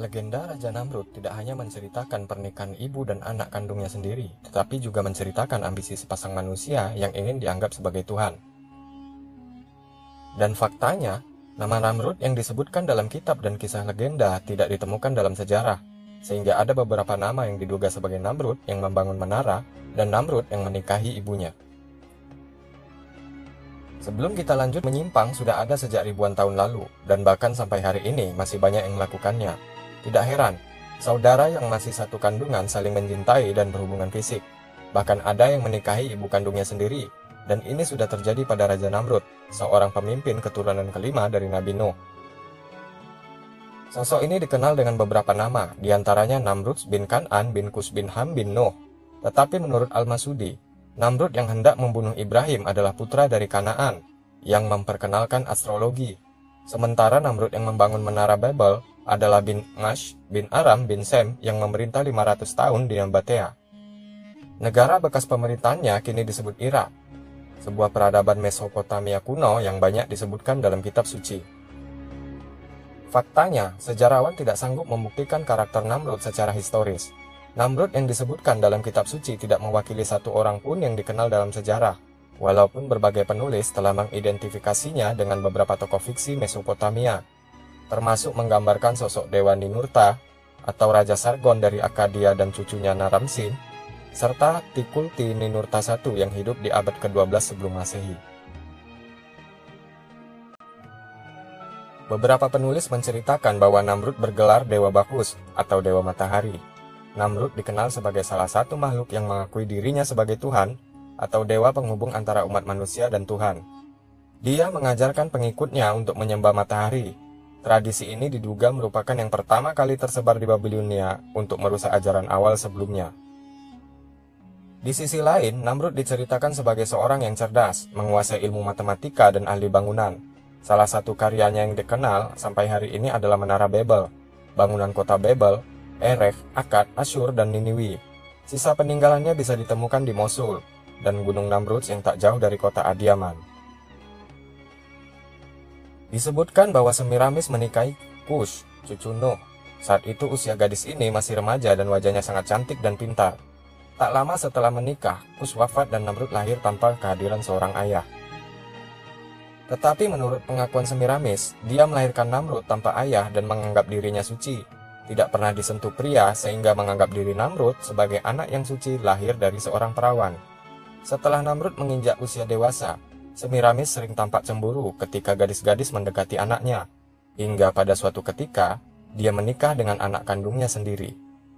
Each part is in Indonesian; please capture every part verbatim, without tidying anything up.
Legenda Raja Namrud tidak hanya menceritakan pernikahan ibu dan anak kandungnya sendiri, tetapi juga menceritakan ambisi sepasang manusia yang ingin dianggap sebagai Tuhan. Dan faktanya, nama Namrud yang disebutkan dalam kitab dan kisah legenda tidak ditemukan dalam sejarah, sehingga ada beberapa nama yang diduga sebagai Namrud yang membangun menara dan Namrud yang menikahi ibunya. Sebelum kita lanjut, menyimpang sudah ada sejak ribuan tahun lalu, dan bahkan sampai hari ini masih banyak yang melakukannya. Tidak heran, saudara yang masih satu kandungan saling mencintai dan berhubungan fisik. Bahkan ada yang menikahi ibu kandungnya sendiri, dan ini sudah terjadi pada Raja Namrud, seorang pemimpin keturunan kelima dari Nabi Nuh. Sosok ini dikenal dengan beberapa nama, diantaranya Namrud bin Kan'an bin Kus bin Ham bin Nuh. Tetapi menurut Al-Masudi, Namrud yang hendak membunuh Ibrahim adalah putra dari Kanaan, yang memperkenalkan astrologi. Sementara Namrud yang membangun menara Babel adalah bin Ngash bin Aram bin Sem yang memerintah lima ratus tahun di Nabatea. Negara bekas pemerintahannya kini disebut Irak, sebuah peradaban Mesopotamia kuno yang banyak disebutkan dalam kitab suci. Faktanya, sejarawan tidak sanggup membuktikan karakter Namrud secara historis. Namrud yang disebutkan dalam kitab suci tidak mewakili satu orang pun yang dikenal dalam sejarah, walaupun berbagai penulis telah mengidentifikasinya dengan beberapa tokoh fiksi Mesopotamia, termasuk menggambarkan sosok Dewa Ninurta atau Raja Sargon dari Akkadia dan cucunya Naram-Sin, serta Tikulti Ninurta satu yang hidup di abad kedua belas sebelum Masehi. Beberapa penulis menceritakan bahwa Namrud bergelar Dewa Bakus atau Dewa Matahari. Namrud dikenal sebagai salah satu makhluk yang mengakui dirinya sebagai Tuhan atau dewa penghubung antara umat manusia dan Tuhan. Dia mengajarkan pengikutnya untuk menyembah matahari. Tradisi ini diduga merupakan yang pertama kali tersebar di Babilonia untuk merusak ajaran awal sebelumnya. Di sisi lain, Namrud diceritakan sebagai seorang yang cerdas, menguasai ilmu matematika dan ahli bangunan. Salah satu karyanya yang dikenal sampai hari ini adalah Menara Babel, bangunan kota Babel, Erech, Akkad, Asyur, dan Niniwi. Sisa peninggalannya bisa ditemukan di Mosul dan Gunung Namrud yang tak jauh dari kota Adiyaman. Disebutkan bahwa Semiramis menikahi Kush, cucu Nuh. Saat itu usia gadis ini masih remaja dan wajahnya sangat cantik dan pintar. Tak lama setelah menikah, Kush wafat dan Namrud lahir tanpa kehadiran seorang ayah. Tetapi menurut pengakuan Semiramis, dia melahirkan Namrud tanpa ayah dan menganggap dirinya suci. Tidak pernah disentuh pria sehingga menganggap diri Namrud sebagai anak yang suci lahir dari seorang perawan. Setelah Namrud menginjak usia dewasa, Semiramis sering tampak cemburu ketika gadis-gadis mendekati anaknya, hingga pada suatu ketika, dia menikah dengan anak kandungnya sendiri.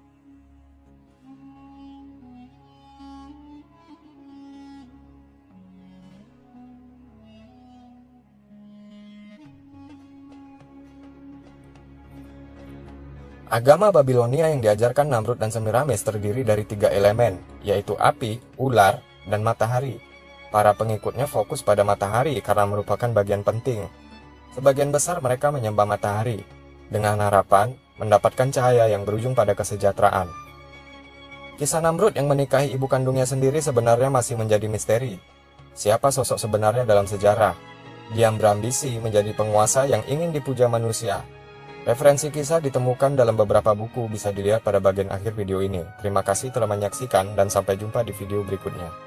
Agama Babilonia yang diajarkan Namrud dan Semiramis terdiri dari tiga elemen, yaitu api, ular, dan matahari. Para pengikutnya fokus pada matahari karena merupakan bagian penting. Sebagian besar mereka menyembah matahari, dengan harapan mendapatkan cahaya yang berujung pada kesejahteraan. Kisah Namrud yang menikahi ibu kandungnya sendiri sebenarnya masih menjadi misteri. Siapa sosok sebenarnya dalam sejarah? Dia berambisi menjadi penguasa yang ingin dipuja manusia. Referensi kisah ditemukan dalam beberapa buku, bisa dilihat pada bagian akhir video ini. Terima kasih telah menyaksikan dan sampai jumpa di video berikutnya.